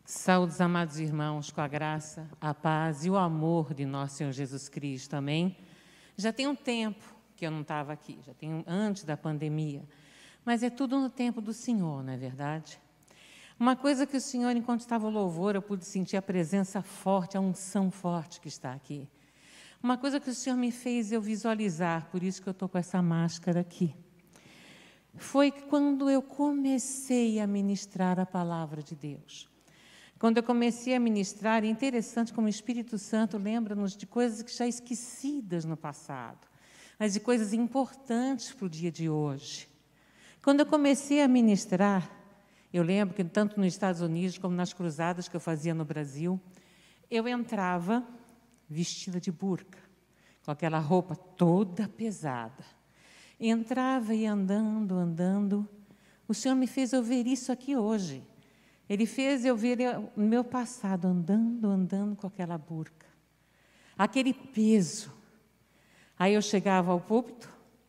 Saúdes, amados irmãos, com a graça, a paz e o amor de nosso Senhor Jesus Cristo, amém? Já tem um tempo que eu não estava aqui, já tem antes da pandemia, mas é tudo no tempo do Senhor, não é verdade? Uma coisa que o Senhor, enquanto estava o louvor, eu pude sentir a presença forte, a unção forte que está aqui. Uma coisa que o Senhor me fez eu visualizar, por isso que eu estou com essa máscara aqui, foi quando eu comecei a ministrar a palavra de Deus. Quando eu comecei a ministrar, é interessante como o Espírito Santo lembra-nos de coisas que já esquecidas no passado, mas de coisas importantes para o dia de hoje. Quando eu comecei a ministrar, eu lembro que tanto nos Estados Unidos como nas cruzadas que eu fazia no Brasil, eu entrava vestida de burca, com aquela roupa toda pesada. Entrava e andando. O Senhor me fez eu ver isso aqui hoje. Ele fez eu ver o meu passado andando com aquela burca. Aquele peso. Aí eu chegava ao púlpito,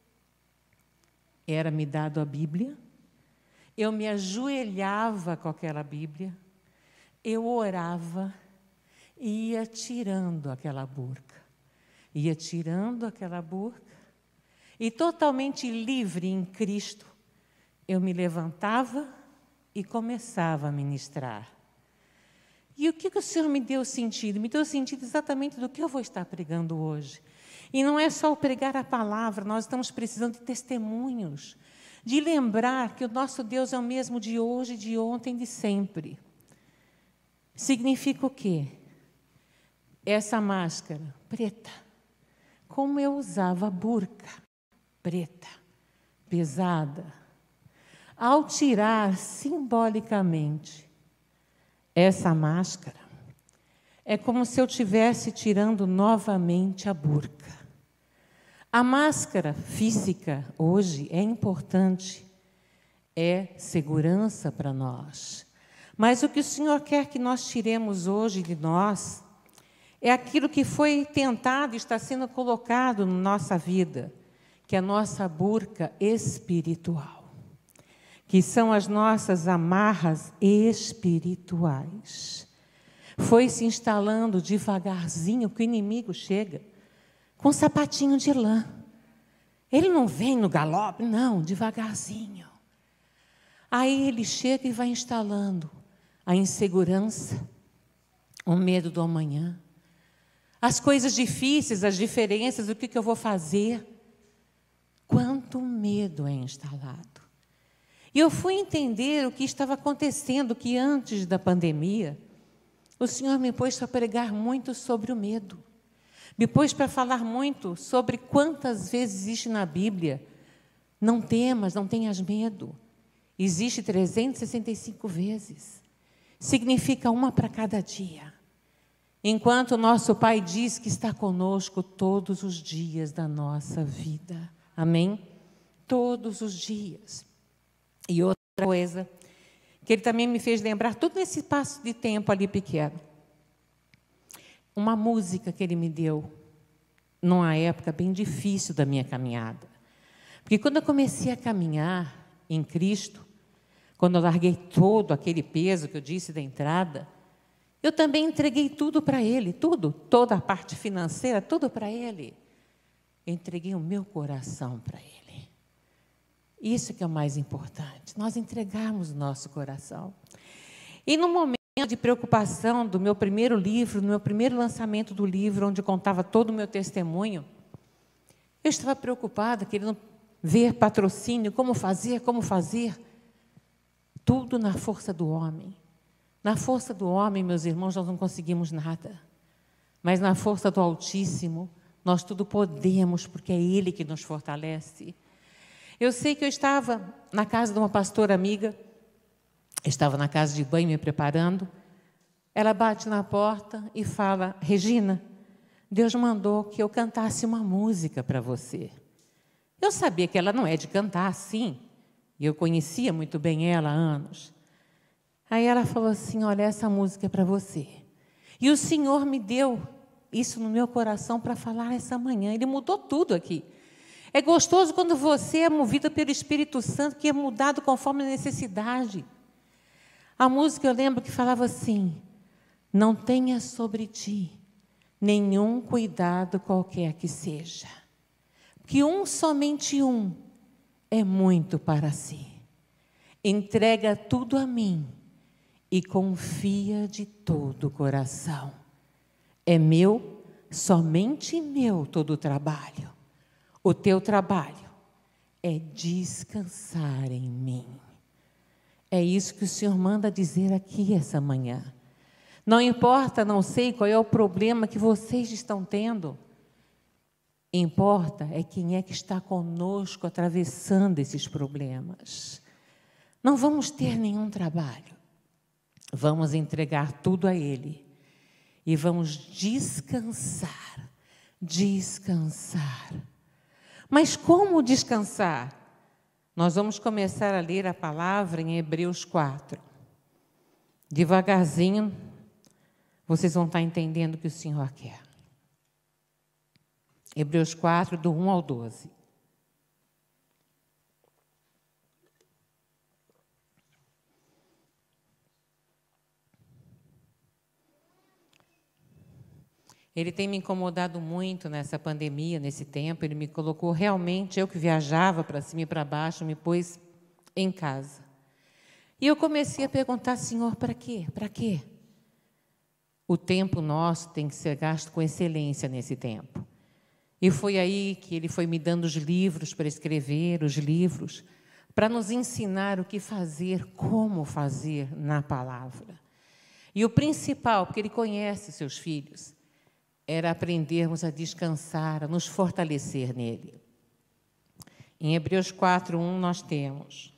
era-me dado a Bíblia, eu me ajoelhava com aquela Bíblia, eu orava e ia tirando aquela burca. Ia tirando aquela burca e totalmente livre em Cristo, eu me levantava e começava a ministrar. E o que o Senhor me deu sentido? Me deu sentido exatamente do que eu vou estar pregando hoje. E não é só o pregar a palavra, nós estamos precisando de testemunhos, de lembrar que o nosso Deus é o mesmo de hoje, de ontem, de sempre. Significa o quê? Essa máscara preta, como eu usava a burca preta, pesada. Ao tirar simbolicamente essa máscara, é como se eu estivesse tirando novamente a burca. A máscara física, hoje, é importante, é segurança para nós. Mas o que o Senhor quer que nós tiremos hoje de nós é aquilo que foi tentado e está sendo colocado na nossa vida, que é a nossa burca espiritual, que são as nossas amarras espirituais. Foi se instalando devagarzinho, que o inimigo chega com um sapatinho de lã. Ele não vem no galope, não, devagarzinho. Aí ele chega e vai instalando a insegurança, o medo do amanhã, as coisas difíceis, as diferenças, o que eu vou fazer. Quanto medo é instalado. E eu fui entender o que estava acontecendo, que antes da pandemia, o Senhor me pôs para pregar muito sobre o medo. Me pôs para falar muito sobre quantas vezes existe na Bíblia, não temas, não tenhas medo. Existe 365 vezes. Significa uma para cada dia. Enquanto o nosso Pai diz que está conosco todos os dias da nossa vida. Amém? Todos os dias. E outra coisa, que ele também me fez lembrar, tudo nesse espaço de tempo ali pequeno. Uma música que ele me deu, numa época bem difícil da minha caminhada. Porque quando eu comecei a caminhar em Cristo, quando eu larguei todo aquele peso que eu disse da entrada, eu também entreguei tudo para Ele, tudo, toda a parte financeira, tudo para Ele. Eu entreguei o meu coração para Ele. Isso que é o mais importante, nós entregarmos o nosso coração. E no momento de preocupação do meu primeiro livro, no meu primeiro lançamento do livro, onde contava todo o meu testemunho, eu estava preocupada, querendo ver patrocínio, como fazer. Tudo na força do homem. Na força do homem, meus irmãos, nós não conseguimos nada. Mas na força do Altíssimo, nós tudo podemos, porque é Ele que nos fortalece. Eu sei que eu estava na casa de uma pastora amiga, estava na casa de banho me preparando, ela bate na porta e fala: Regina, Deus mandou que eu cantasse uma música para você. Eu sabia que ela não é de cantar assim, e eu conhecia muito bem ela há anos. Aí ela falou assim: olha, essa música é para você. E o Senhor me deu isso no meu coração para falar essa manhã, Ele mudou tudo aqui. É gostoso quando você é movido pelo Espírito Santo, que é mudado conforme a necessidade. A música eu lembro que falava assim: não tenha sobre ti nenhum cuidado qualquer que seja, que somente um é muito para si. Entrega tudo a mim e confia de todo o coração. É meu, somente meu todo o trabalho. O teu trabalho é descansar em mim. É isso que o Senhor manda dizer aqui essa manhã. Não importa, não sei qual é o problema que vocês estão tendo. Importa é quem é que está conosco atravessando esses problemas. Não vamos ter nenhum trabalho. Vamos entregar tudo a Ele. E vamos descansar. Descansar. Mas como descansar? Nós vamos começar a ler a palavra em Hebreus 4. Devagarzinho, vocês vão estar entendendo o que o Senhor quer. Hebreus 4, do 1 ao 12. Ele tem me incomodado muito nessa pandemia, nesse tempo. Ele me colocou realmente, eu que viajava para cima e para baixo, me pôs em casa. E eu comecei a perguntar: Senhor, para quê? Para quê? O tempo nosso tem que ser gasto com excelência nesse tempo. E foi aí que Ele foi me dando os livros para escrever, os livros, para nos ensinar o que fazer, como fazer na palavra. E o principal, porque Ele conhece seus filhos, era aprendermos a descansar, a nos fortalecer nele. Em Hebreus 4, 1, nós temos: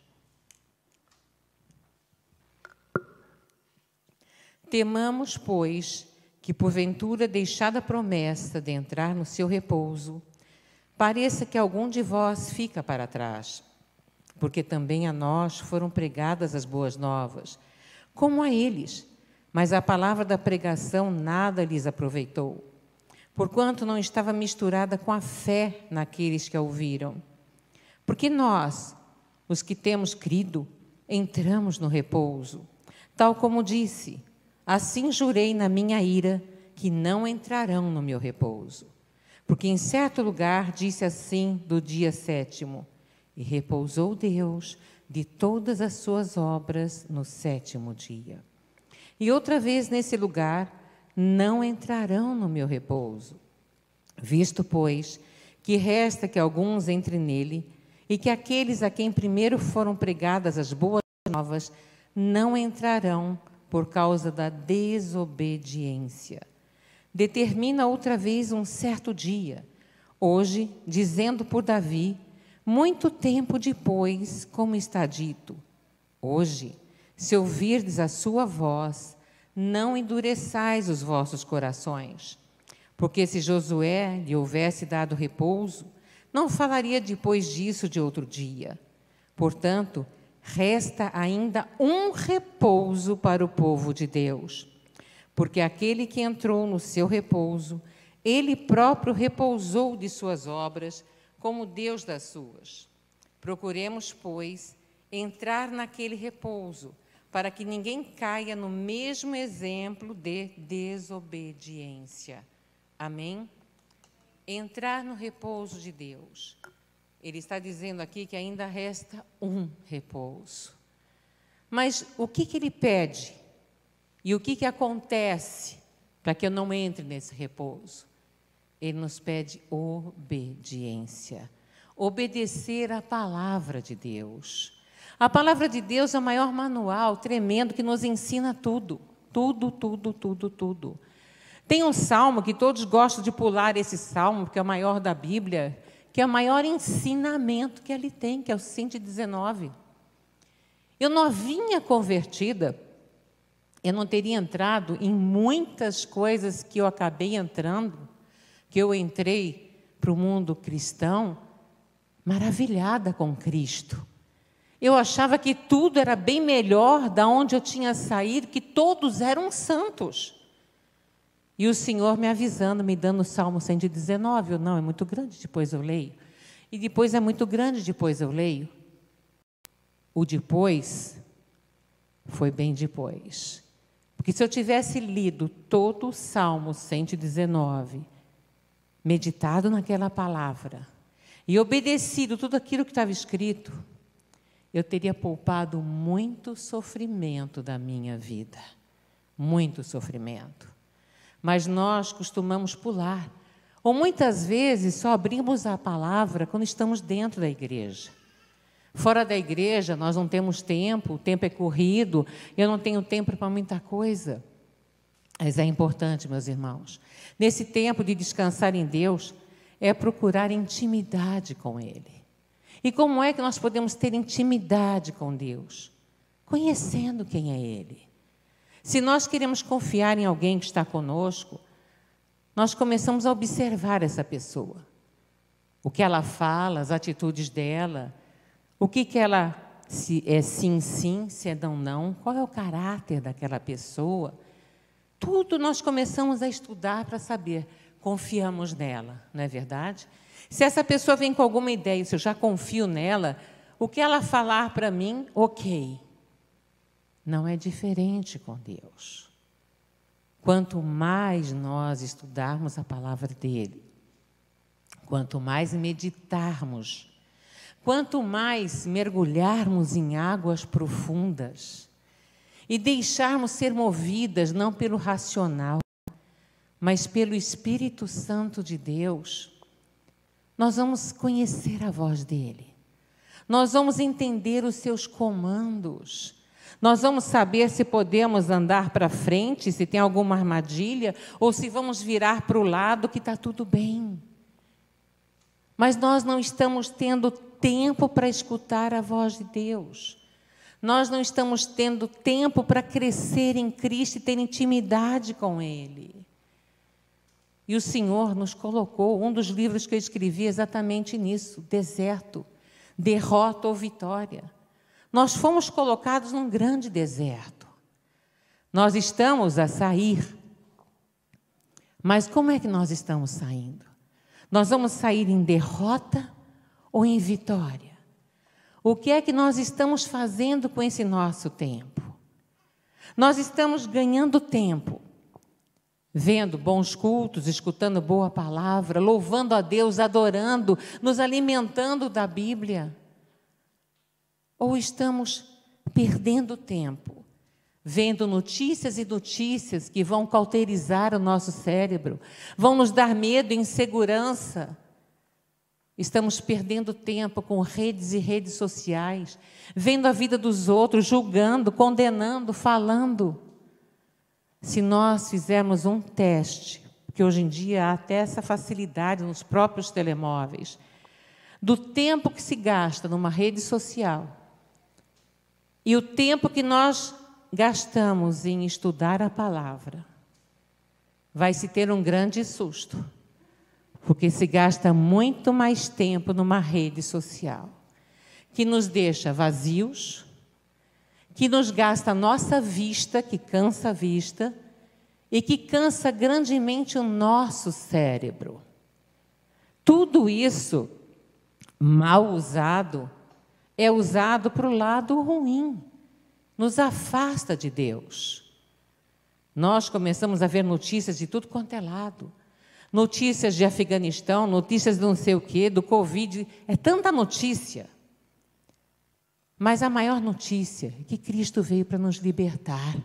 temamos, pois, que porventura, deixada a promessa de entrar no seu repouso, pareça que algum de vós fica para trás, porque também a nós foram pregadas as boas novas, como a eles, mas a palavra da pregação nada lhes aproveitou, porquanto não estava misturada com a fé naqueles que a ouviram. Porque nós, os que temos crido, entramos no repouso, tal como disse: assim jurei na minha ira, que não entrarão no meu repouso. Porque em certo lugar disse assim do dia 7º, e repousou Deus de todas as suas obras no 7º dia. E outra vez nesse lugar, não entrarão no meu repouso. Visto, pois, que resta que alguns entrem nele, e que aqueles a quem primeiro foram pregadas as boas novas, não entrarão por causa da desobediência. Determina outra vez um certo dia, hoje, dizendo por Davi, muito tempo depois, como está dito: hoje, se ouvirdes a sua voz, não endureçais os vossos corações. Porque se Josué lhe houvesse dado repouso, não falaria depois disso de outro dia. Portanto, resta ainda um repouso para o povo de Deus. Porque aquele que entrou no seu repouso, ele próprio repousou de suas obras, como Deus das suas. Procuremos, pois, entrar naquele repouso, para que ninguém caia no mesmo exemplo de desobediência. Amém? Entrar no repouso de Deus. Ele está dizendo aqui que ainda resta um repouso. Mas o que Ele pede? E o que acontece para que eu não entre nesse repouso? Ele nos pede obediência. Obedecer à palavra de Deus. A palavra de Deus é o maior manual tremendo que nos ensina tudo. Tudo, tudo, tudo, tudo. Tem um salmo que todos gostam de pular esse salmo, porque é o maior da Bíblia, que é o maior ensinamento que ele tem, que é o 119. Eu novinha convertida, eu não teria entrado em muitas coisas que eu acabei entrando, que eu entrei para o mundo cristão, maravilhada com Cristo. Eu achava que tudo era bem melhor da onde eu tinha saído, que todos eram santos. E o Senhor me avisando, me dando o Salmo 119, não, é muito grande, depois eu leio. E depois é muito grande, depois eu leio. O depois Foi bem depois. Porque se eu tivesse lido todo o Salmo 119, meditado naquela palavra e obedecido tudo aquilo que estava escrito, eu teria poupado muito sofrimento da minha vida. Muito sofrimento. Mas nós costumamos pular. Ou muitas vezes só abrimos a palavra quando estamos dentro da igreja. Fora da igreja nós não temos tempo, o tempo é corrido, eu não tenho tempo para muita coisa. Mas é importante, meus irmãos, nesse tempo de descansar em Deus, é procurar intimidade com Ele. E como é que nós podemos ter intimidade com Deus? Conhecendo quem é Ele. Se nós queremos confiar em alguém que está conosco, nós começamos a observar essa pessoa. O que ela fala, as atitudes dela, o que ela se é sim, sim, se é não, não, qual é o caráter daquela pessoa. Tudo nós começamos a estudar para saber, confiamos nela, não é verdade? Se essa pessoa vem com alguma ideia, se eu já confio nela, o que ela falar para mim, ok. Não é diferente com Deus. Quanto mais nós estudarmos a palavra dEle, quanto mais meditarmos, quanto mais mergulharmos em águas profundas e deixarmos ser movidas não pelo racional, mas pelo Espírito Santo de Deus, nós vamos conhecer a voz dEle. Nós vamos entender os seus comandos. Nós vamos saber se podemos andar para frente, se tem alguma armadilha, ou se vamos virar para o lado, que está tudo bem. Mas nós não estamos tendo tempo para escutar a voz de Deus. Nós não estamos tendo tempo para crescer em Cristo e ter intimidade com Ele. E o Senhor nos colocou, um dos livros que eu escrevi exatamente nisso, deserto, derrota ou vitória. Nós fomos colocados num grande deserto. Nós estamos a sair. Mas como é que nós estamos saindo? Nós vamos sair em derrota ou em vitória? O que é que nós estamos fazendo com esse nosso tempo? Nós estamos ganhando tempo, vendo bons cultos, escutando boa palavra, louvando a Deus, adorando, nos alimentando da Bíblia. Ou estamos perdendo tempo, vendo notícias e notícias que vão cauterizar o nosso cérebro, vão nos dar medo e insegurança. Estamos perdendo tempo com redes e redes sociais, vendo a vida dos outros, julgando, condenando, falando. Se nós fizermos um teste, porque hoje em dia há até essa facilidade nos próprios telemóveis, do tempo que se gasta numa rede social e o tempo que nós gastamos em estudar a palavra, vai se ter um grande susto, porque se gasta muito mais tempo numa rede social, que nos deixa vazios, que nos gasta a nossa vista, que cansa a vista, e que cansa grandemente o nosso cérebro. Tudo isso, mal usado, é usado para o lado ruim, nos afasta de Deus. Nós começamos a ver notícias de tudo quanto é lado, notícias de Afeganistão, notícias de não sei o quê, do Covid, é tanta notícia. Mas a maior notícia é que Cristo veio para nos libertar.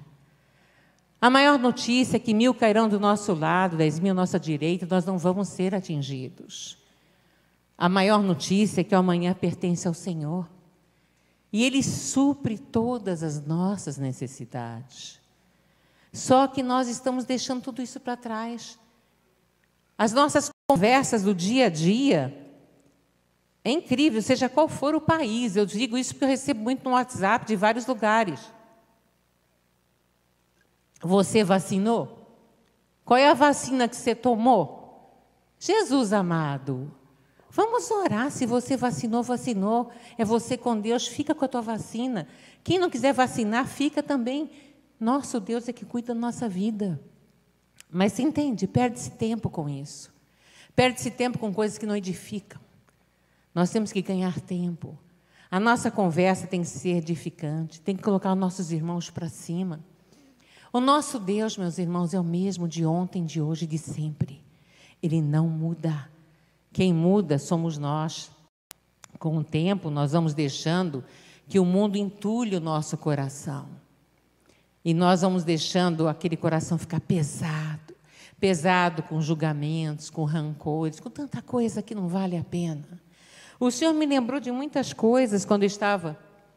A maior notícia é que 1000 cairão do nosso lado, 10.000 à nossa direita, nós não vamos ser atingidos. A maior notícia é que o amanhã pertence ao Senhor. E Ele supre todas as nossas necessidades. Só que nós estamos deixando tudo isso para trás. As nossas conversas do dia a dia, é incrível, seja qual for o país. Eu digo isso porque eu recebo muito no WhatsApp de vários lugares. Você vacinou? Qual é a vacina que você tomou? Jesus amado, vamos orar. Se você vacinou, vacinou. É você com Deus, fica com a tua vacina. Quem não quiser vacinar, fica também. Nosso Deus é que cuida da nossa vida. Mas você entende? Perde-se tempo com isso. Perde-se tempo com coisas que não edificam. Nós temos que ganhar tempo. A nossa conversa tem que ser edificante, tem que colocar os nossos irmãos para cima. O nosso Deus, meus irmãos, é o mesmo de ontem, de hoje e de sempre. Ele não muda. Quem muda somos nós. Com o tempo, nós vamos deixando que o mundo entulhe o nosso coração. E nós vamos deixando aquele coração ficar pesado. Pesado com julgamentos, com rancores, com tanta coisa que não vale a pena. O Senhor me lembrou de muitas coisas quando eu estava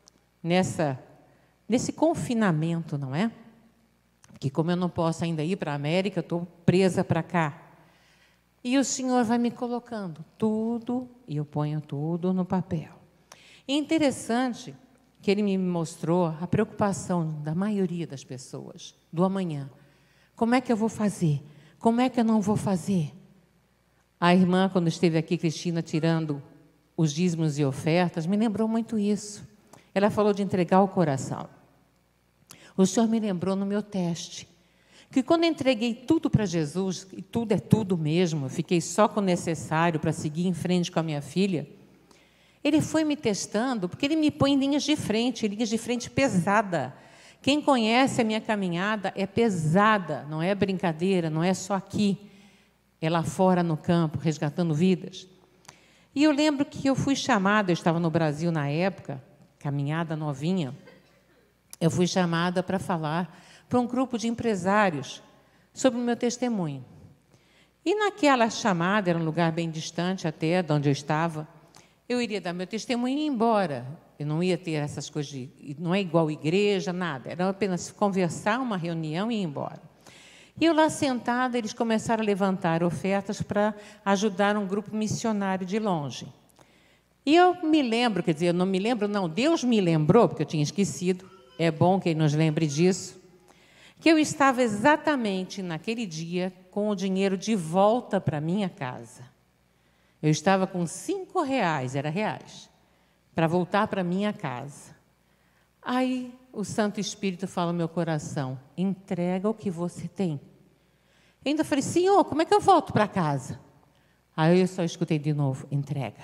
nesse confinamento, não é? Que como eu não posso ainda ir para a América, eu estou presa para cá. E o Senhor vai me colocando tudo, e eu ponho tudo no papel. E interessante que Ele me mostrou a preocupação da maioria das pessoas, do amanhã. Como é que eu vou fazer? Como é que eu não vou fazer? A irmã, quando esteve aqui, Cristina, tirando os dízimos e ofertas, me lembrou muito isso. Ela falou de entregar o coração. O Senhor me lembrou no meu teste, que quando eu entreguei tudo para Jesus, e tudo é tudo mesmo, eu fiquei só com o necessário para seguir em frente com a minha filha, Ele foi me testando, porque Ele me põe em linhas de frente pesada. Quem conhece a minha caminhada é pesada, não é brincadeira, não é só aqui, é lá fora no campo, resgatando vidas. E eu lembro que eu fui chamada, eu estava no Brasil na época, caminhada novinha, eu fui chamada para falar para um grupo de empresários sobre o meu testemunho. E naquela chamada, era um lugar bem distante até de onde eu estava, eu iria dar meu testemunho e ir embora. Eu não ia ter essas coisas, não é igual igreja, nada, era apenas conversar, uma reunião e ir embora. E eu lá sentada, eles começaram a levantar ofertas para ajudar um grupo missionário de longe. E eu me lembro, quer dizer, eu não me lembro, não, Deus me lembrou, porque eu tinha esquecido, é bom que Ele nos lembre disso, que eu estava exatamente naquele dia com o dinheiro de volta para minha casa. Eu estava com R$5, era reais, para voltar para minha casa. Aí o Santo Espírito fala no meu coração, entrega o que você tem. Eu ainda falei, Senhor, como é que eu volto para casa? Aí eu só escutei de novo, entrega.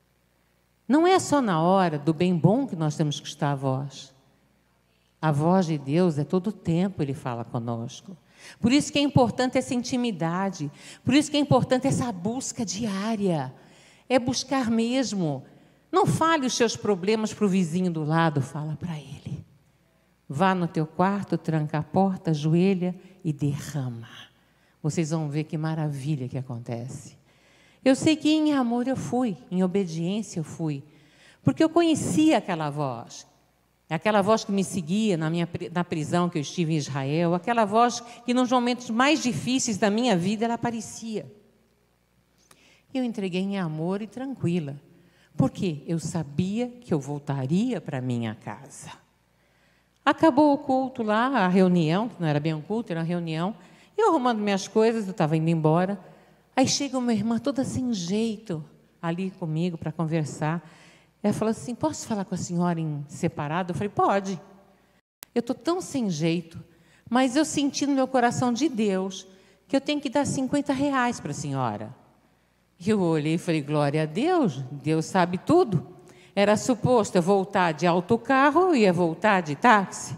Não é só na hora do bem bom que nós temos que escutar a voz. A voz de Deus é todo o tempo, Ele fala conosco. Por isso que é importante essa intimidade, por isso que é importante essa busca diária. É buscar mesmo. Não fale os seus problemas para o vizinho do lado, fala para ele. Vá no teu quarto, tranca a porta, ajoelha e derrama. Vocês vão ver que maravilha que acontece. Eu sei que em amor eu fui, em obediência eu fui, porque eu conhecia aquela voz que me seguia na prisão que eu estive em Israel, aquela voz que nos momentos mais difíceis da minha vida ela aparecia. Eu entreguei em amor e tranquila, porque eu sabia que eu voltaria para minha casa. Acabou o culto lá, a reunião, que não era bem um culto, era uma reunião, eu arrumando minhas coisas, eu estava indo embora, aí chega uma irmã toda sem jeito, ali comigo para conversar, ela falou assim, posso falar com a senhora em separado? Eu falei, pode. Eu estou tão sem jeito, mas eu senti no meu coração de Deus que eu tenho que dar R$50 para a senhora. E eu olhei e falei, glória a Deus, Deus sabe tudo. Era suposto eu voltar de autocarro ou ia voltar de táxi?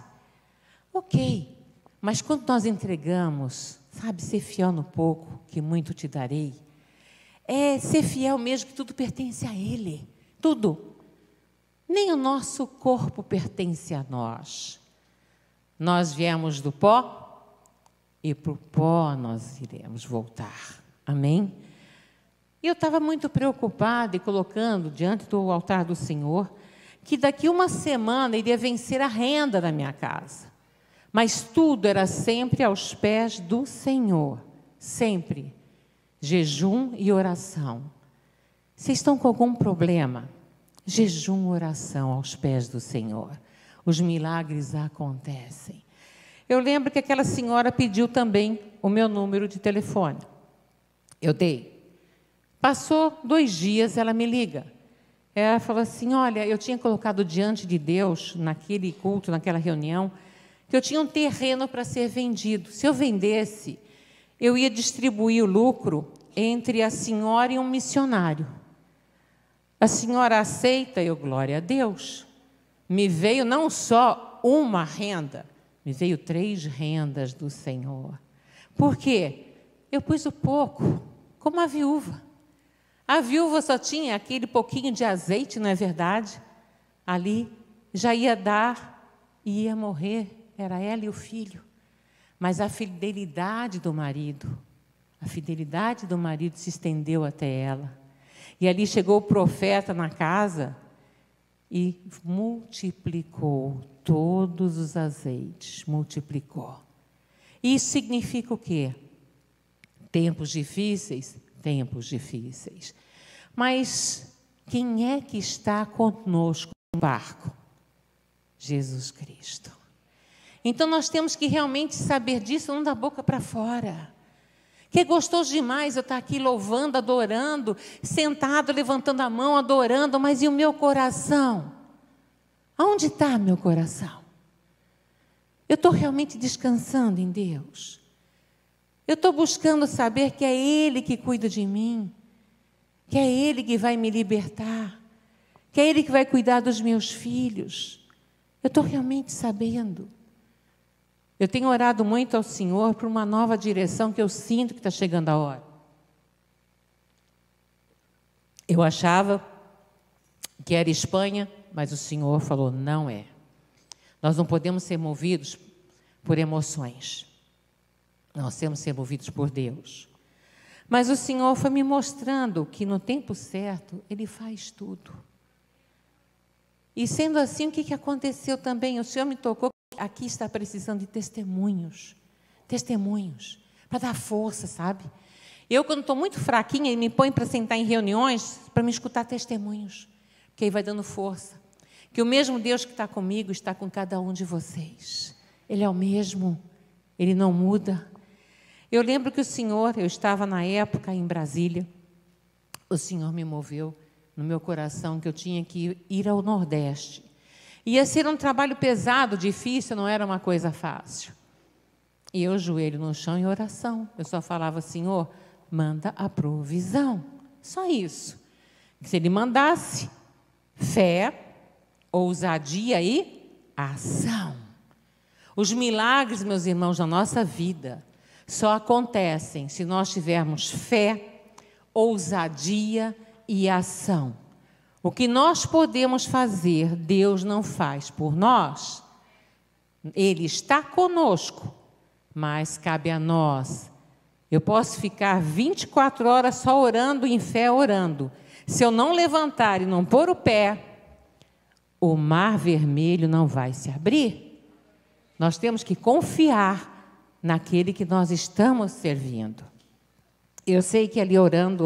Ok, mas quando nós entregamos, sabe, ser fiel no pouco, que muito te darei, é ser fiel mesmo que tudo pertence a Ele, tudo. Nem o nosso corpo pertence a nós. Nós viemos do pó e para o pó nós iremos voltar. Amém? E eu estava muito preocupada e colocando diante do altar do Senhor que daqui uma semana iria vencer a renda da minha casa. Mas tudo era sempre aos pés do Senhor. Sempre. Jejum e oração. Vocês estão com algum problema? Jejum, oração aos pés do Senhor. Os milagres acontecem. Eu lembro que aquela senhora pediu também o meu número de telefone. Eu dei. Passou 2 dias, ela me liga. Ela falou assim, olha, eu tinha colocado diante de Deus, naquele culto, naquela reunião, que eu tinha um terreno para ser vendido. Se eu vendesse, eu ia distribuir o lucro entre a senhora e um missionário. A senhora aceita? Eu, glória a Deus. Me veio não só uma renda, me veio 3 rendas do Senhor. Por quê? Eu pus o pouco, como a viúva. A viúva só tinha aquele pouquinho de azeite, não é verdade? Ali já ia dar e ia morrer. Era ela e o filho. Mas a fidelidade do marido se estendeu até ela. E ali chegou o profeta na casa e multiplicou todos os azeites, multiplicou. Isso significa o quê? Tempos difíceis, tempos difíceis. Mas quem é que está conosco no barco? Jesus Cristo. Então nós temos que realmente saber disso, não da boca para fora. Que é gostoso demais eu estar aqui louvando, adorando, sentado, levantando a mão, adorando, mas e o meu coração? Aonde está meu coração? Eu estou realmente descansando em Deus? Eu estou buscando saber que é Ele que cuida de mim, que é Ele que vai me libertar, que é Ele que vai cuidar dos meus filhos? Eu estou realmente sabendo? Eu tenho orado muito ao Senhor por uma nova direção que eu sinto que está chegando a hora. Eu achava que era Espanha, mas o Senhor falou, não é. Nós não podemos ser movidos por emoções. Nós temos que ser movidos por Deus. Mas o Senhor foi me mostrando que no tempo certo, Ele faz tudo. E sendo assim, o que aconteceu também? O Senhor me tocou. Aqui está precisando de testemunhos, para dar força, sabe? Eu, quando estou muito fraquinha, Ele me põe para sentar em reuniões, para me escutar testemunhos, porque aí vai dando força. Que o mesmo Deus que está comigo, está com cada um de vocês. Ele é o mesmo, Ele não muda. Eu lembro que o Senhor, eu estava na época em Brasília, o Senhor me moveu no meu coração que eu tinha que ir ao Nordeste. Ia ser um trabalho pesado, difícil, não era uma coisa fácil. E eu, joelho no chão, em oração. Eu só falava, Senhor, manda a provisão. Só isso. Se Ele mandasse, fé, ousadia e ação. Os milagres, meus irmãos, na nossa vida, só acontecem se nós tivermos fé, ousadia e ação. O que nós podemos fazer, Deus não faz por nós. Ele está conosco, mas cabe a nós. Eu posso ficar 24 horas só orando, em fé orando. Se eu não levantar e não pôr o pé, o mar vermelho não vai se abrir. Nós temos que confiar naquele que nós estamos servindo. Eu sei que ali orando,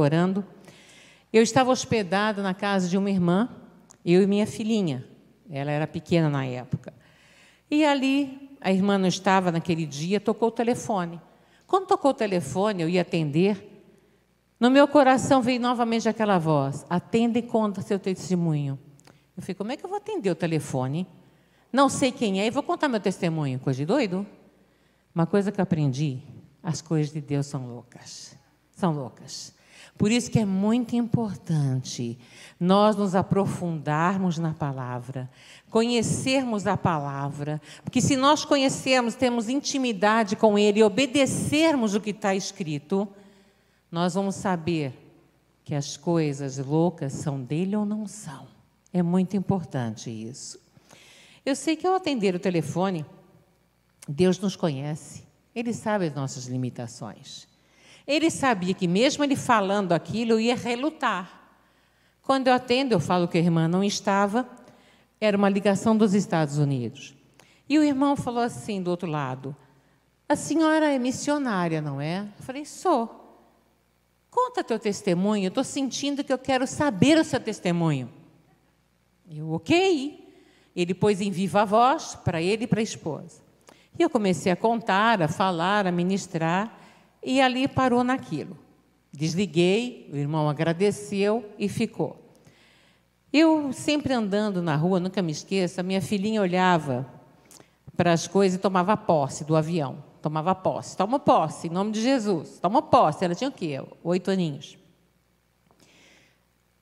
eu estava hospedada na casa de uma irmã, eu e minha filhinha. Ela era pequena na época. E ali, a irmã não estava naquele dia, tocou o telefone. Quando tocou o telefone, eu ia atender. No meu coração veio novamente aquela voz, atenda e conta seu testemunho. Eu falei, como é que eu vou atender o telefone? Não sei quem é e vou contar meu testemunho. Coisa de doido. Uma coisa que eu aprendi, as coisas de Deus são loucas. São loucas. Por isso que é muito importante nós nos aprofundarmos na palavra, conhecermos a palavra, porque se nós conhecermos, temos intimidade com Ele e obedecermos o que está escrito, nós vamos saber que as coisas loucas são dele ou não são. É muito importante isso. Eu sei que ao atender o telefone, Deus nos conhece, Ele sabe as nossas limitações. Ele sabia que mesmo Ele falando aquilo, eu ia relutar. Quando eu atendo, eu falo que a irmã não estava, era uma ligação dos Estados Unidos. E o irmão falou assim, do outro lado, a senhora é missionária, não é? Eu falei, sou. Conta teu testemunho, eu estou sentindo que eu quero saber o seu testemunho. Eu, ok. Ele pôs em viva voz para ele e para a esposa. E eu comecei a contar, a falar, a ministrar, e ali parou naquilo. Desliguei, o irmão agradeceu e ficou. Eu sempre andando na rua, nunca me esqueço, a minha filhinha olhava para as coisas e tomava posse do avião. Tomava posse. Toma posse, em nome de Jesus. Toma posse. Ela tinha o quê? 8 aninhos.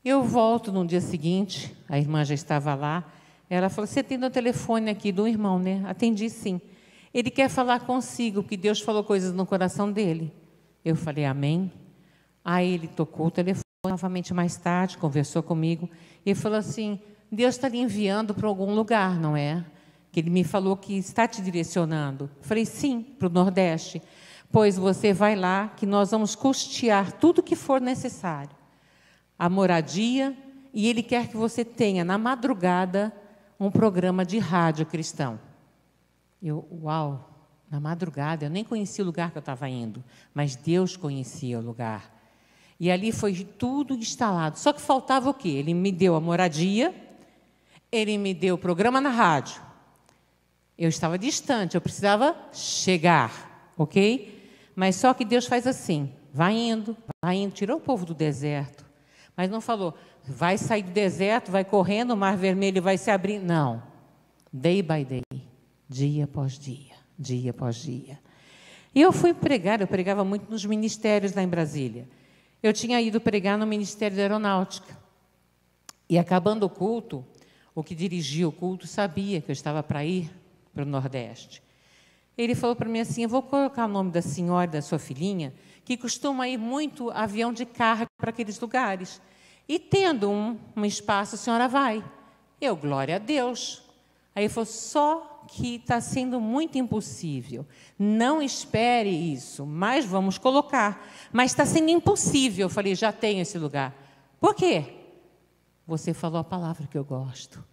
Eu volto no dia seguinte, a irmã já estava lá, ela falou, você tem o telefone aqui do irmão, né? Atendi sim. Ele quer falar consigo, porque Deus falou coisas no coração dele. Eu falei, amém. Aí ele tocou o telefone novamente mais tarde, conversou comigo, e falou assim, Deus está lhe enviando para algum lugar, não é? Que ele me falou que está te direcionando. Eu falei, sim, para o Nordeste. Pois você vai lá, que nós vamos custear tudo que for necessário. A moradia, e ele quer que você tenha, na madrugada, um programa de rádio cristão. Eu, uau, na madrugada, eu nem conhecia o lugar que eu estava indo, mas Deus conhecia o lugar. E ali foi tudo instalado. Só que faltava o quê? Ele me deu a moradia, ele me deu o programa na rádio. Eu estava distante, eu precisava chegar, ok? Mas só que Deus faz assim, vai indo, tirou o povo do deserto. Mas não falou, vai sair do deserto, vai correndo, o mar vermelho vai se abrir. Não, day by day, dia após dia, dia após dia. E eu fui pregar, eu pregava muito nos ministérios lá em Brasília. Eu tinha ido pregar no Ministério da Aeronáutica. E acabando o culto, o que dirigia o culto sabia que eu estava para ir para o Nordeste. Ele falou para mim assim, eu vou colocar o nome da senhora e da sua filhinha, que costuma ir muito avião de carga para aqueles lugares. E tendo um espaço, a senhora vai. Eu, glória a Deus. Aí ele falou, só que está sendo muito impossível. Não espere isso, mas vamos colocar. Mas está sendo impossível. Eu falei, já tenho esse lugar. Por quê? Você falou a palavra que eu gosto.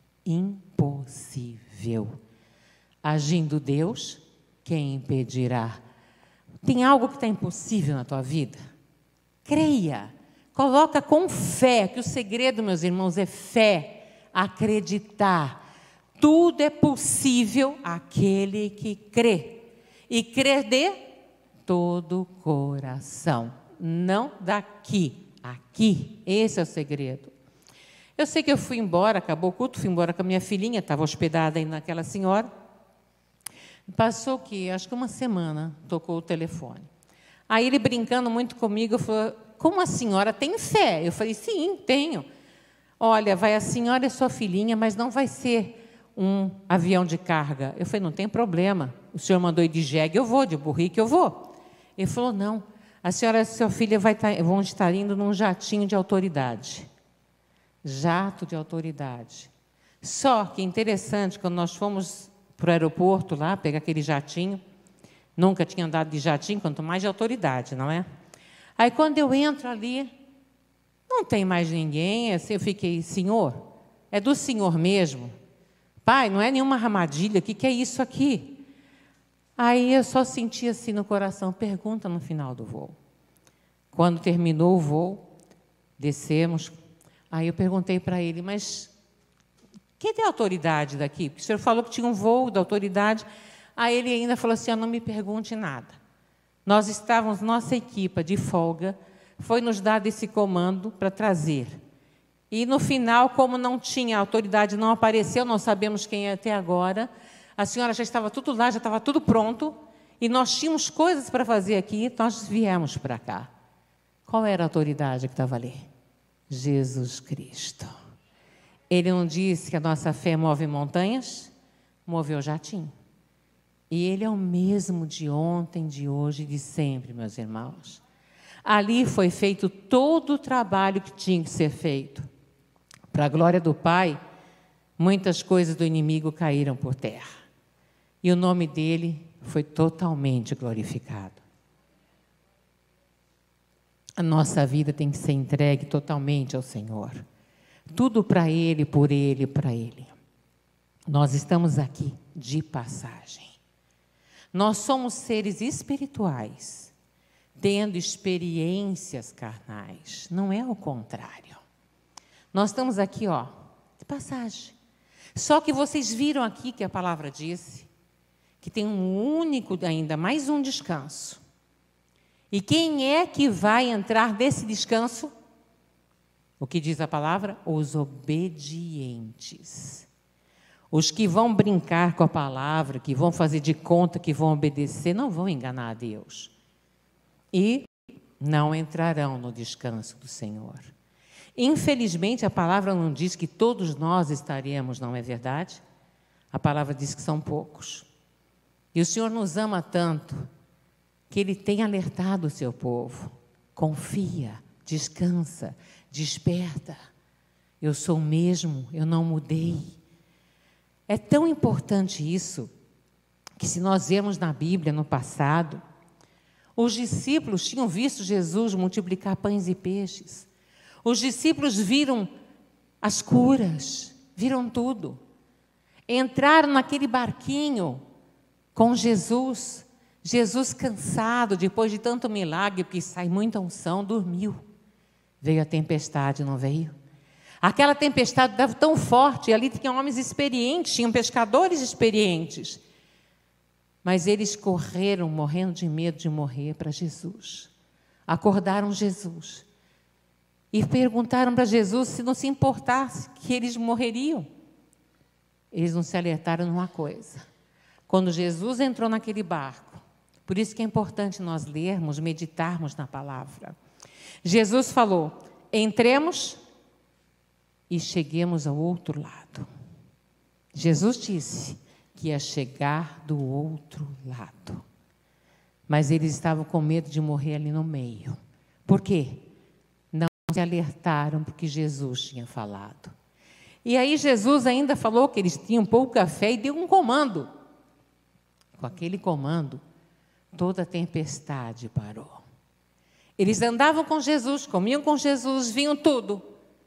Impossível. Agindo Deus, quem impedirá? Tem algo que está impossível na tua vida? Creia. Coloca com fé, que o segredo, meus irmãos, é fé. Acreditar. Tudo é possível àquele que crê. E crer de todo o coração. Não daqui. Aqui. Esse é o segredo. Eu sei que eu fui embora, acabou o culto, fui embora com a minha filhinha, estava hospedada aí naquela senhora. Passou o quê? Acho que uma semana, tocou o telefone. Aí ele brincando muito comigo, falou, como a senhora tem fé? Eu falei, sim, tenho. Olha, vai a senhora e sua filhinha, mas não vai ser um avião de carga. Eu falei, não tem problema. O senhor mandou ir de jegue, eu vou, de burrique, eu vou. Ele falou, não, a senhora e sua filha vão estar indo num jatinho de autoridade. Jato de autoridade. Só que interessante, quando nós fomos para o aeroporto lá, pegar aquele jatinho, nunca tinha andado de jatinho, quanto mais de autoridade, não é? Aí quando eu entro ali, não tem mais ninguém, assim, eu fiquei, senhor, é do senhor mesmo? Pai, não é nenhuma armadilha, o que é isso aqui? Aí eu só senti assim no coração, pergunta no final do voo. Quando terminou o voo, descemos, aí eu perguntei para ele, mas quem tem autoridade daqui? Porque o senhor falou que tinha um voo da autoridade. Aí ele ainda falou assim, não me pergunte nada. Nós estávamos, nossa equipe de folga, foi nos dado esse comando para trazer. E no final, como não tinha, a autoridade não apareceu, não sabemos quem é até agora, a senhora já estava tudo lá, já estava tudo pronto, e nós tínhamos coisas para fazer aqui, nós viemos para cá. Qual era a autoridade que estava ali? Jesus Cristo. Ele não disse que a nossa fé move montanhas? Moveu jatinho. E Ele é o mesmo de ontem, de hoje e de sempre, meus irmãos. Ali foi feito todo o trabalho que tinha que ser feito. Para a glória do Pai, muitas coisas do inimigo caíram por terra. E o nome dele foi totalmente glorificado. A nossa vida tem que ser entregue totalmente ao Senhor. Tudo para Ele, por Ele, para Ele. Nós estamos aqui de passagem. Nós somos seres espirituais, tendo experiências carnais. Não é o contrário. Nós estamos aqui, ó, de passagem. Só que vocês viram aqui que a palavra disse que tem um único, ainda mais um descanso. E quem é que vai entrar nesse descanso? O que diz a palavra? Os obedientes. Os que vão brincar com a palavra, que vão fazer de conta que vão obedecer, não vão enganar a Deus. E não entrarão no descanso do Senhor. Infelizmente, a palavra não diz que todos nós estaremos, não é verdade? A palavra diz que são poucos. E o Senhor nos ama tanto que Ele tem alertado o seu povo. Confia, descansa, desperta. Eu sou o mesmo, eu não mudei. É tão importante isso, que se nós vemos na Bíblia, no passado, os discípulos tinham visto Jesus multiplicar pães e peixes. Os discípulos viram as curas, viram tudo. Entraram naquele barquinho com Jesus. Jesus, cansado, depois de tanto milagre, porque sai muita unção, dormiu. Veio a tempestade, não veio? Aquela tempestade estava tão forte, e ali tinham homens experientes, tinham pescadores experientes. Mas eles correram, morrendo de medo de morrer, para Jesus. Acordaram Jesus. E perguntaram para Jesus se não se importasse que eles morreriam. Eles não se alertaram numa coisa. Quando Jesus entrou naquele barco, por isso que é importante nós lermos, meditarmos na palavra. Jesus falou, entremos e cheguemos ao outro lado. Jesus disse que ia chegar do outro lado. Mas eles estavam com medo de morrer ali no meio. Por quê? Não se alertaram porque Jesus tinha falado. E aí Jesus ainda falou que eles tinham pouca fé e deu um comando. Com aquele comando, toda a tempestade parou. Eles andavam com Jesus, comiam com Jesus, vinham tudo.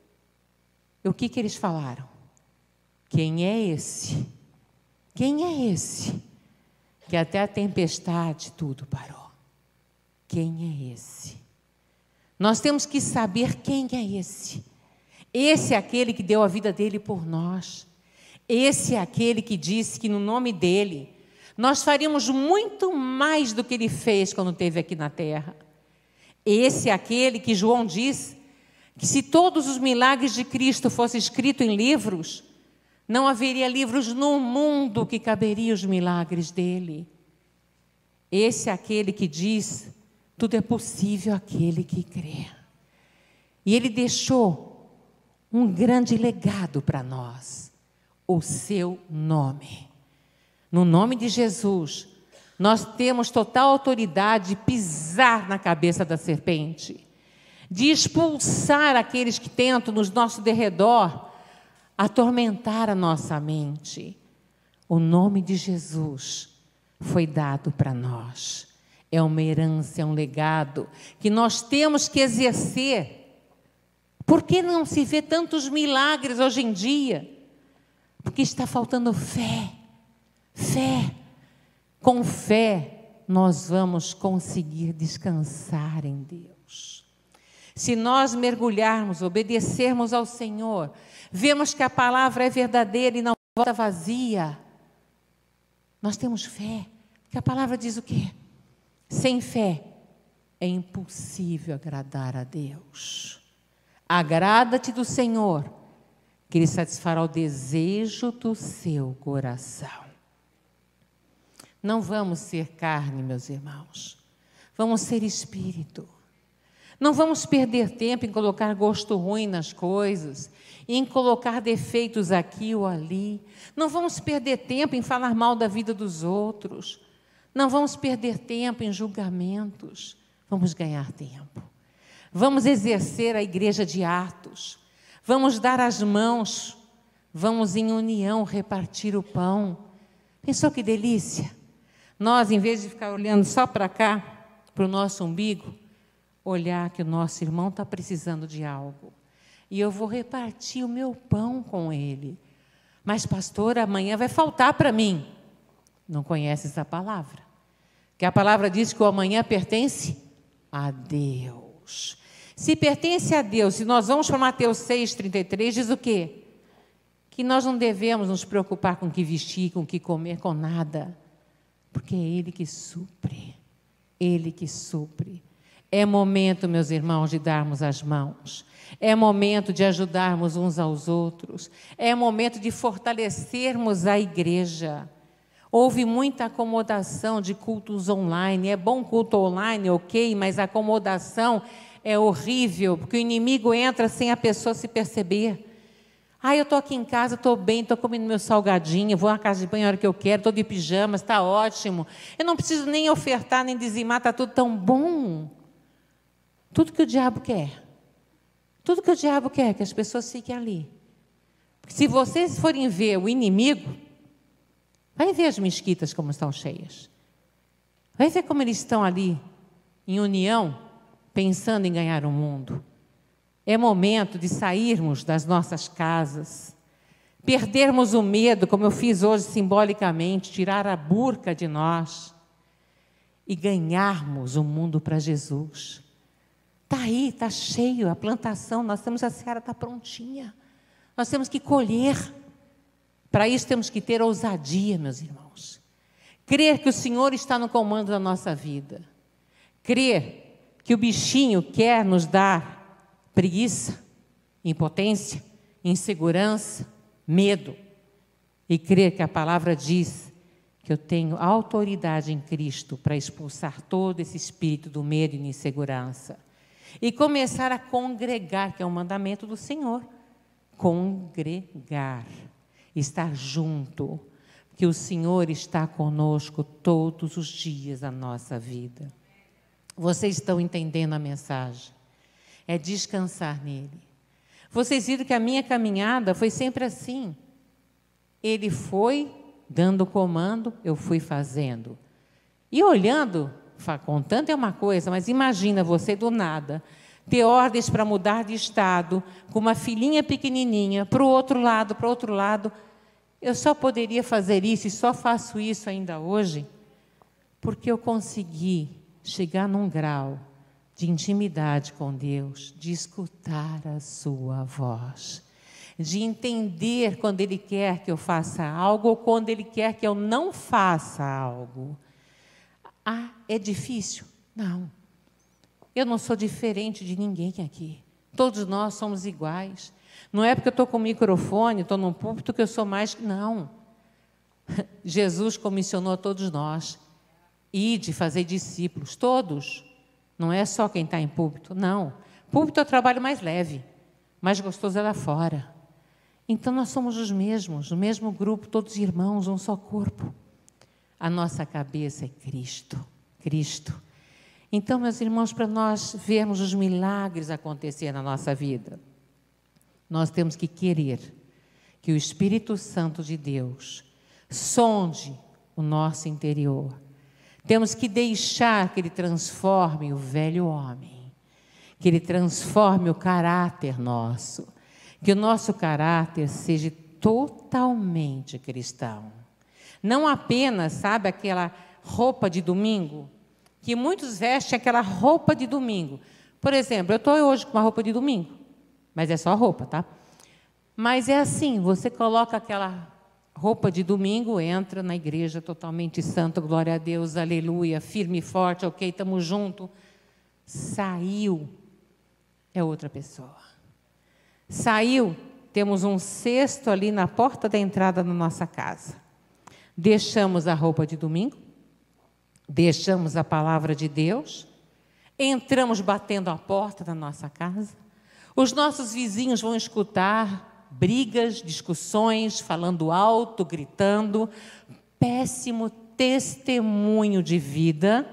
E o que eles falaram? Quem é esse? Quem é esse? Que até a tempestade tudo parou. Quem é esse? Nós temos que saber quem é esse. Esse é aquele que deu a vida dele por nós. Esse é aquele que disse que no nome dele nós faríamos muito mais do que ele fez quando esteve aqui na terra. Esse é aquele que João diz que se todos os milagres de Cristo fossem escritos em livros, não haveria livros no mundo que caberiam os milagres dele. Esse é aquele que diz, tudo é possível àquele que crê. E ele deixou um grande legado para nós, o seu nome. No nome de Jesus, nós temos total autoridade de pisar na cabeça da serpente, de expulsar aqueles que tentam nos nosso derredor atormentar a nossa mente. O nome de Jesus foi dado para nós. É uma herança, é um legado que nós temos que exercer. Por que não se vê tantos milagres hoje em dia? Porque está faltando fé. Fé. Com fé, nós vamos conseguir descansar em Deus. Se nós mergulharmos, obedecermos ao Senhor, vemos que a palavra é verdadeira e não volta vazia. Nós temos fé, porque a palavra diz o quê? Sem fé é impossível agradar a Deus. Agrada-te do Senhor, que Ele satisfará o desejo do seu coração. Não vamos ser carne, meus irmãos. Vamos ser espírito. Não vamos perder tempo em colocar gosto ruim nas coisas, em colocar defeitos aqui ou ali. Não vamos perder tempo em falar mal da vida dos outros. Não vamos perder tempo em julgamentos. Vamos ganhar tempo. Vamos exercer a igreja de Atos. Vamos dar as mãos. Vamos em união repartir o pão. Pensou que delícia? Nós, em vez de ficar olhando só para cá, para o nosso umbigo, olhar que o nosso irmão está precisando de algo. E eu vou repartir o meu pão com ele. Mas, pastor, amanhã vai faltar para mim. Não conhece essa palavra? Que a palavra diz que o amanhã pertence a Deus. Se pertence a Deus, se nós vamos para Mateus 6,33, diz o quê? Que nós não devemos nos preocupar com o que vestir, com o que comer, com nada. Porque é Ele que supre. Ele que supre. É momento, meus irmãos, de darmos as mãos. É momento de ajudarmos uns aos outros. É momento de fortalecermos a igreja. Houve muita acomodação de cultos online. É bom culto online, ok, mas a acomodação é horrível, porque o inimigo entra sem a pessoa se perceber. Ah, eu estou aqui em casa, estou bem, estou comendo meu salgadinho, vou na casa de banho a hora que eu quero, estou de pijamas, está ótimo. Eu não preciso nem ofertar, nem dizimar, está tudo tão bom. Tudo que o diabo quer. Tudo que o diabo quer é que as pessoas fiquem ali. Porque se vocês forem ver o inimigo, vai ver as mesquitas como estão cheias. Vai ver como eles estão ali, em união, pensando em ganhar o mundo. É momento de sairmos das nossas casas, perdermos o medo, como eu fiz hoje simbolicamente, tirar a burca de nós e ganharmos o mundo para Jesus. Está aí, está cheio a plantação, a seara está prontinha. Nós temos que colher. Para isso temos que ter ousadia, meus irmãos. Crer que o Senhor está no comando da nossa vida. Crer que o bichinho quer nos dar preguiça, impotência, insegurança, medo. E crer que a palavra diz que eu tenho autoridade em Cristo para expulsar todo esse espírito do medo e da insegurança. E começar a congregar, que é um mandamento do Senhor. Congregar, estar junto, porque o Senhor está conosco todos os dias da nossa vida. Vocês estão entendendo a mensagem? É descansar nele. Vocês viram que a minha caminhada foi sempre assim. Ele foi dando comando, eu fui fazendo. E olhando, contando é uma coisa, mas imagina você do nada, ter ordens para mudar de estado, com uma filhinha pequenininha, para o outro lado. Eu só poderia fazer isso e só faço isso ainda hoje, porque eu consegui chegar num grau de intimidade com Deus, de escutar a sua voz, de entender quando Ele quer que eu faça algo ou quando Ele quer que eu não faça algo. Ah, é difícil? Não. Eu não sou diferente de ninguém aqui. Todos nós somos iguais. Não é porque eu estou com o microfone, estou num púlpito que eu sou mais... Não. Jesus comissionou a todos nós. Ide fazer discípulos, todos. Não é só quem está em púlpito, não. Púlpito é o trabalho mais leve, mais gostoso é lá fora. Então nós somos os mesmos, o mesmo grupo, todos irmãos, um só corpo. A nossa cabeça é Cristo, Cristo. Então, meus irmãos, para nós vermos os milagres acontecer na nossa vida, nós temos que querer que o Espírito Santo de Deus sonde o nosso interior. Temos que deixar que Ele transforme o velho homem, que Ele transforme o caráter nosso, que o nosso caráter seja totalmente cristão. Não apenas, sabe, aquela roupa de domingo, que muitos vestem aquela roupa de domingo. Por exemplo, eu estou hoje com uma roupa de domingo, mas é só roupa, tá? Mas é assim, você coloca aquela roupa de domingo, entra na igreja totalmente santo, glória a Deus, aleluia, firme e forte, ok, estamos juntos. Saiu, é outra pessoa. Saiu, temos um cesto ali na porta da entrada da nossa casa. Deixamos a roupa de domingo, deixamos a palavra de Deus, entramos batendo a porta da nossa casa. Os nossos vizinhos vão escutar brigas, discussões, falando alto, gritando, péssimo testemunho de vida.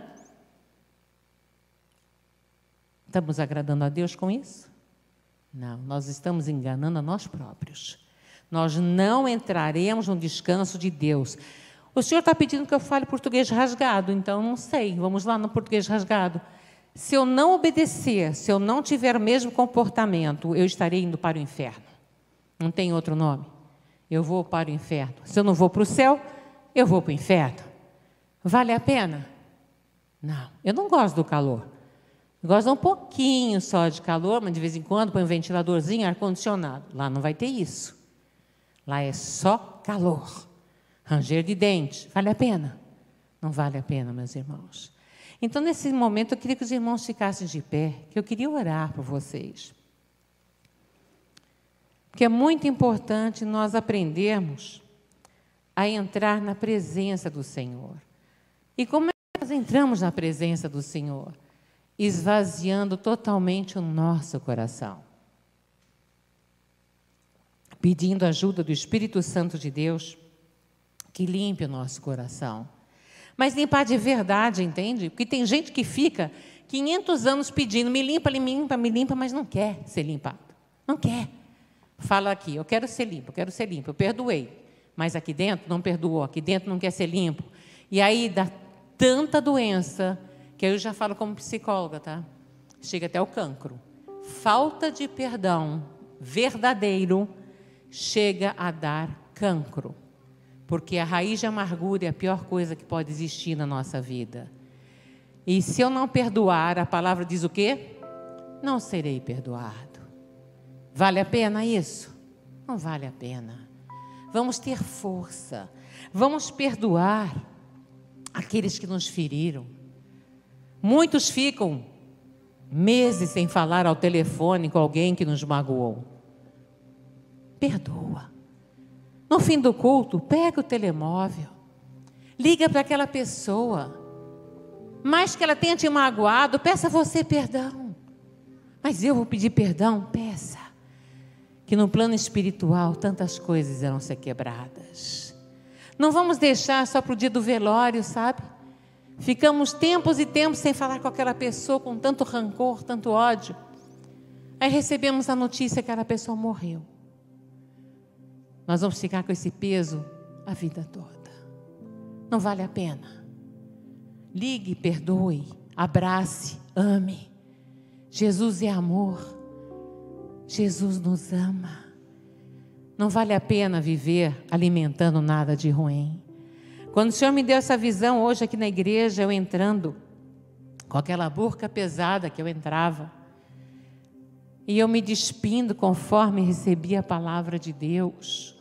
Estamos agradando a Deus com isso? Não, nós estamos enganando a nós próprios. Nós não entraremos no descanso de Deus. O Senhor está pedindo que eu fale português rasgado, então não sei, vamos lá no português rasgado. Se eu não obedecer, se eu não tiver o mesmo comportamento, eu estarei indo para o inferno. Não tem outro nome. Eu vou para o inferno. Se eu não vou para o céu, eu vou para o inferno. Vale a pena? Não, eu não gosto do calor. Eu gosto de um pouquinho só de calor, mas de vez em quando põe um ventiladorzinho, ar-condicionado. Lá não vai ter isso. Lá é só calor. Ranger de dente. Vale a pena? Não vale a pena, meus irmãos. Então, nesse momento, eu queria que os irmãos ficassem de pé, que eu queria orar por vocês. Porque é muito importante nós aprendermos a entrar na presença do Senhor. E como é que nós entramos na presença do Senhor? esvaziando totalmente o nosso coração, pedindo a ajuda do Espírito Santo de Deus, que limpe o nosso coração. Mas limpar de verdade, entende? Porque tem gente que fica 500 anos pedindo, me limpa, me limpa, mas não quer ser limpado. Não quer. Fala aqui, eu quero ser limpo, eu perdoei. Mas aqui dentro não perdoou, aqui dentro não quer ser limpo. E aí dá tanta doença, que eu já falo como psicóloga, tá? Chega até o cancro. Falta de perdão verdadeiro chega a dar cancro. Porque a raiz de amargura é a pior coisa que pode existir na nossa vida. E se eu não perdoar, a palavra diz o quê? Não serei perdoado. Vale a pena isso? Não vale a pena. Vamos ter força. Vamos perdoar aqueles que nos feriram. Muitos ficam meses sem falar ao telefone com alguém que nos magoou. Perdoa. No fim do culto, pega o telemóvel, liga para aquela pessoa, mais que ela tenha te magoado, peça você perdão. Mas eu vou pedir perdão? Peça. Que no plano espiritual tantas coisas irão ser quebradas. Não vamos deixar só para o dia do velório, sabe? Ficamos tempos e tempos sem falar com aquela pessoa, com tanto rancor, tanto ódio. Aí recebemos a notícia que aquela pessoa morreu. Nós vamos ficar com esse peso a vida toda. Não vale a pena. Ligue, perdoe, abrace, ame. Jesus é amor. Jesus nos ama. Não vale a pena viver alimentando nada de ruim. Quando o Senhor me deu essa visão hoje aqui na igreja, eu entrando com aquela burca pesada que eu entrava, e eu me despindo conforme recebi a palavra de Deus.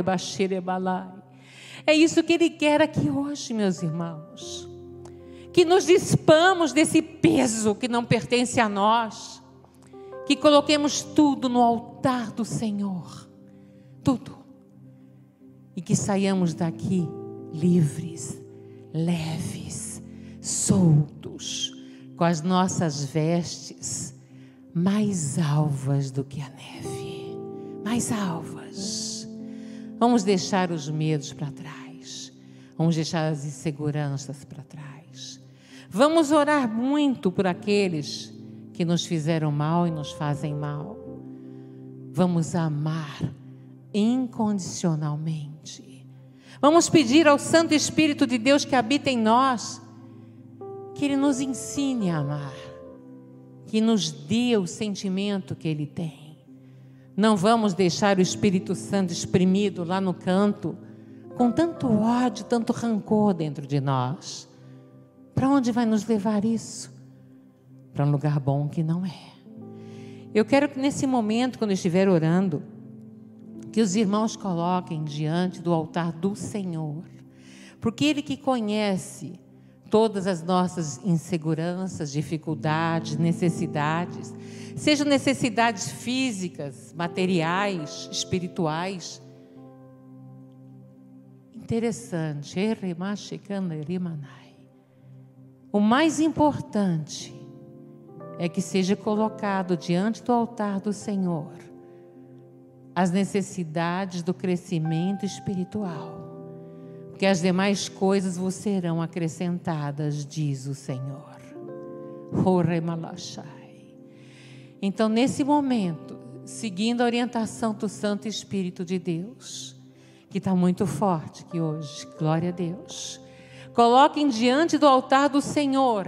É isso que Ele quer aqui hoje, meus irmãos. Que nos despamos desse peso que não pertence a nós. Que coloquemos tudo no altar do Senhor. Tudo. E que saiamos daqui livres, leves, soltos, com as nossas vestes mais alvas do que a neve, mais alvas. Vamos deixar os medos para trás, vamos deixar as inseguranças para trás. Vamos orar muito por aqueles que nos fizeram mal e nos fazem mal. Vamos amar incondicionalmente. Vamos pedir ao Santo Espírito de Deus que habita em nós, que Ele nos ensine a amar, que nos dê o sentimento que Ele tem. Não vamos deixar o Espírito Santo espremido lá no canto, com tanto ódio, tanto rancor dentro de nós. Para onde vai nos levar isso? Para um lugar bom que não é. Eu quero que nesse momento, quando eu estiver orando, que os irmãos coloquem diante do altar do Senhor, porque Ele que conhece todas as nossas inseguranças, dificuldades, necessidades, sejam necessidades físicas, materiais, espirituais. Interessante. O mais importante é que seja colocado diante do altar do Senhor as necessidades do crescimento espiritual. Porque as demais coisas vos serão acrescentadas, diz o Senhor. Então, nesse momento, seguindo a orientação do Santo Espírito de Deus, que está muito forte aqui hoje, glória a Deus, coloquem diante do altar do Senhor,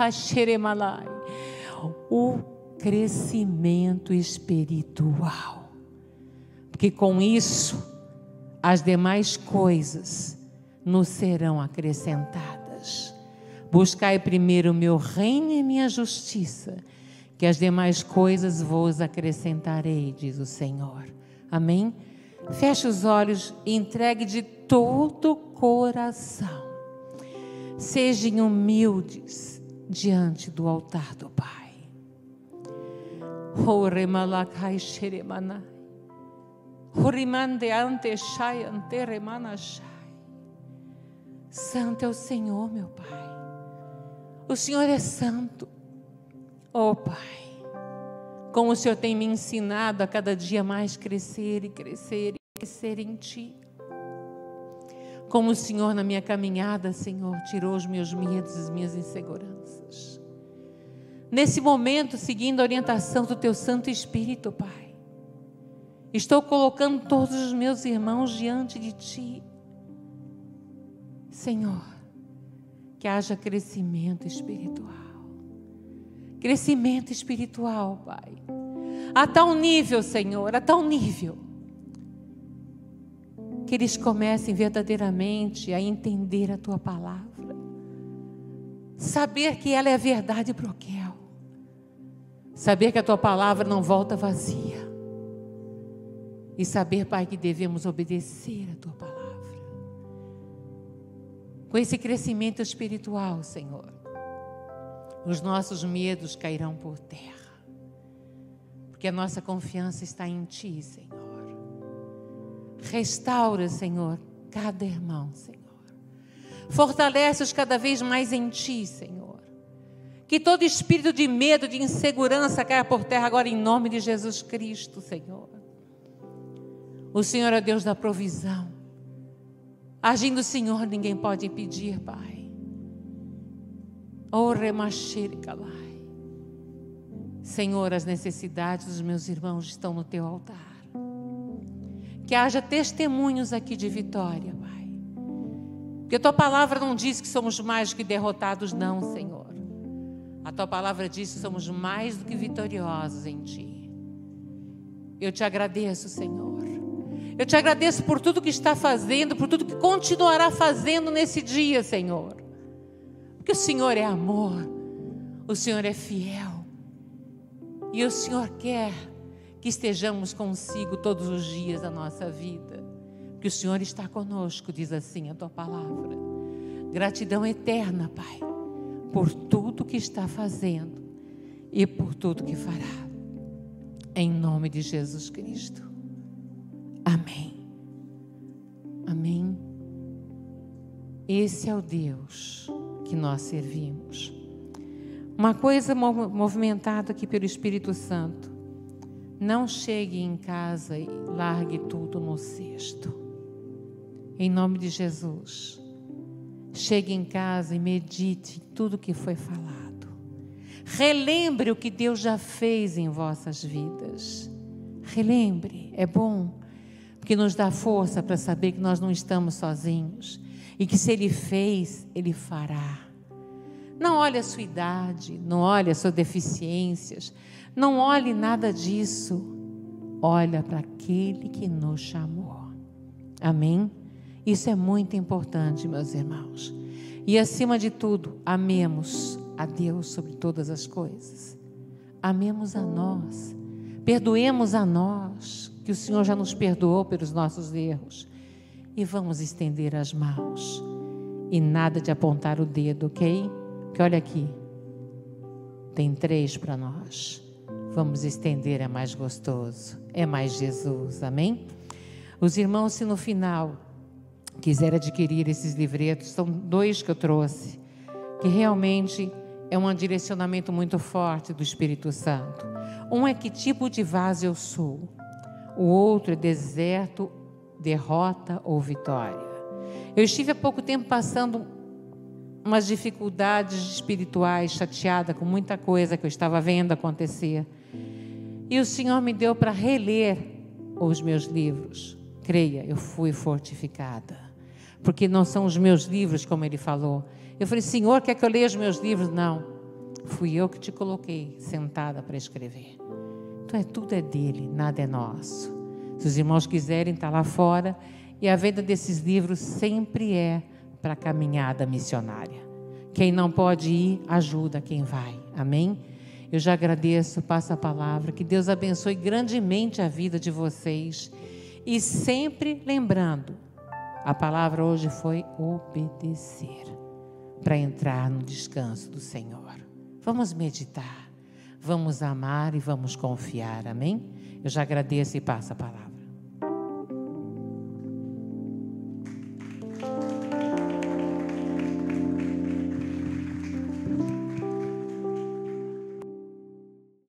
o crescimento espiritual. Porque com isso, as demais coisas nos serão acrescentadas. Buscai primeiro o meu reino e minha justiça, que as demais coisas vos acrescentarei, diz o Senhor. Amém? Feche os olhos e entregue de todo o coração. Sejam humildes diante do altar do Pai. Santo é o Senhor, meu Pai. O Senhor é santo. Oh, Pai, como o Senhor tem me ensinado a cada dia mais crescer e crescer e crescer em Ti. Como o Senhor na minha caminhada, Senhor, tirou os meus medos e as minhas inseguranças. Nesse momento, seguindo a orientação do Teu Santo Espírito, Pai, estou colocando todos os meus irmãos diante de Ti. Senhor, que haja crescimento espiritual. Crescimento espiritual, Pai. A tal nível, Senhor, a tal nível, que eles comecem verdadeiramente a entender a Tua palavra. Saber que ela é a verdade broquel. Saber que a Tua palavra não volta vazia. E saber, Pai, que devemos obedecer a Tua palavra. Com esse crescimento espiritual, Senhor, os nossos medos cairão por terra. Porque a nossa confiança está em Ti, Senhor. Restaura, Senhor, cada irmão, Senhor. Fortalece-os cada vez mais em Ti, Senhor. Que todo espírito de medo, de insegurança caia por terra agora em nome de Jesus Cristo, Senhor. O Senhor é Deus da provisão. Agindo o Senhor, ninguém pode impedir, Pai. Oh, remachiricalai. Senhor, as necessidades dos meus irmãos estão no Teu altar. Que haja testemunhos aqui de vitória, Pai. Porque a Tua palavra não diz que somos mais do que derrotados, não, Senhor. A Tua palavra diz que somos mais do que vitoriosos em Ti. Eu Te agradeço, Senhor. Eu Te agradeço por tudo que está fazendo, por tudo que continuará fazendo nesse dia, Senhor. Porque o Senhor é amor, o Senhor é fiel. E o Senhor quer que estejamos consigo todos os dias da nossa vida. Porque o Senhor está conosco, diz assim a Tua palavra. Gratidão eterna, Pai, por tudo que está fazendo e por tudo que fará. Em nome de Jesus Cristo. Amém. Amém. Esse é o Deus que nós servimos. Uma coisa movimentada aqui pelo Espírito Santo. Não chegue em casa e largue tudo no cesto. Em nome de Jesus. Chegue em casa e medite em tudo que foi falado. Relembre o que Deus já fez em vossas vidas. Relembre, é bom, porque nos dá força para saber que nós não estamos sozinhos. E que se Ele fez, Ele fará. Não olhe a sua idade, não olhe as suas deficiências, não olhe nada disso. Olha para aquele que nos chamou. Amém? Isso é muito importante, meus irmãos. E acima de tudo, amemos a Deus sobre todas as coisas. Amemos a nós. Perdoemos a nós, que o Senhor já nos perdoou pelos nossos erros. E vamos estender as mãos. E nada de apontar o dedo, ok? Porque olha aqui, tem 3 para nós. Vamos estender, é mais gostoso, é mais Jesus, amém? Os irmãos, se no final quiser adquirir esses livretos, são 2 que eu trouxe, que realmente é um direcionamento muito forte do Espírito Santo. Um é que tipo de vaso eu sou, o outro é deserto, derrota ou vitória. Eu estive há pouco tempo passando umas dificuldades espirituais, chateada com muita coisa que eu estava vendo acontecer. E o Senhor me deu para reler os meus livros. Creia, eu fui fortificada. Porque não são os meus livros, como Ele falou. Eu falei, Senhor, quer que eu leia os meus livros? Não. Fui eu que te coloquei sentada para escrever. Então tudo é dele, nada é nosso. Se os irmãos quiserem, está lá fora. E a venda desses livros sempre é para a caminhada missionária. Quem não pode ir, ajuda quem vai. Amém? Eu já agradeço, passo a palavra. Que Deus abençoe grandemente a vida de vocês. E sempre lembrando, a palavra hoje foi obedecer, para entrar no descanso do Senhor. Vamos meditar, vamos amar e vamos confiar. Amém? Eu já agradeço e passo a palavra.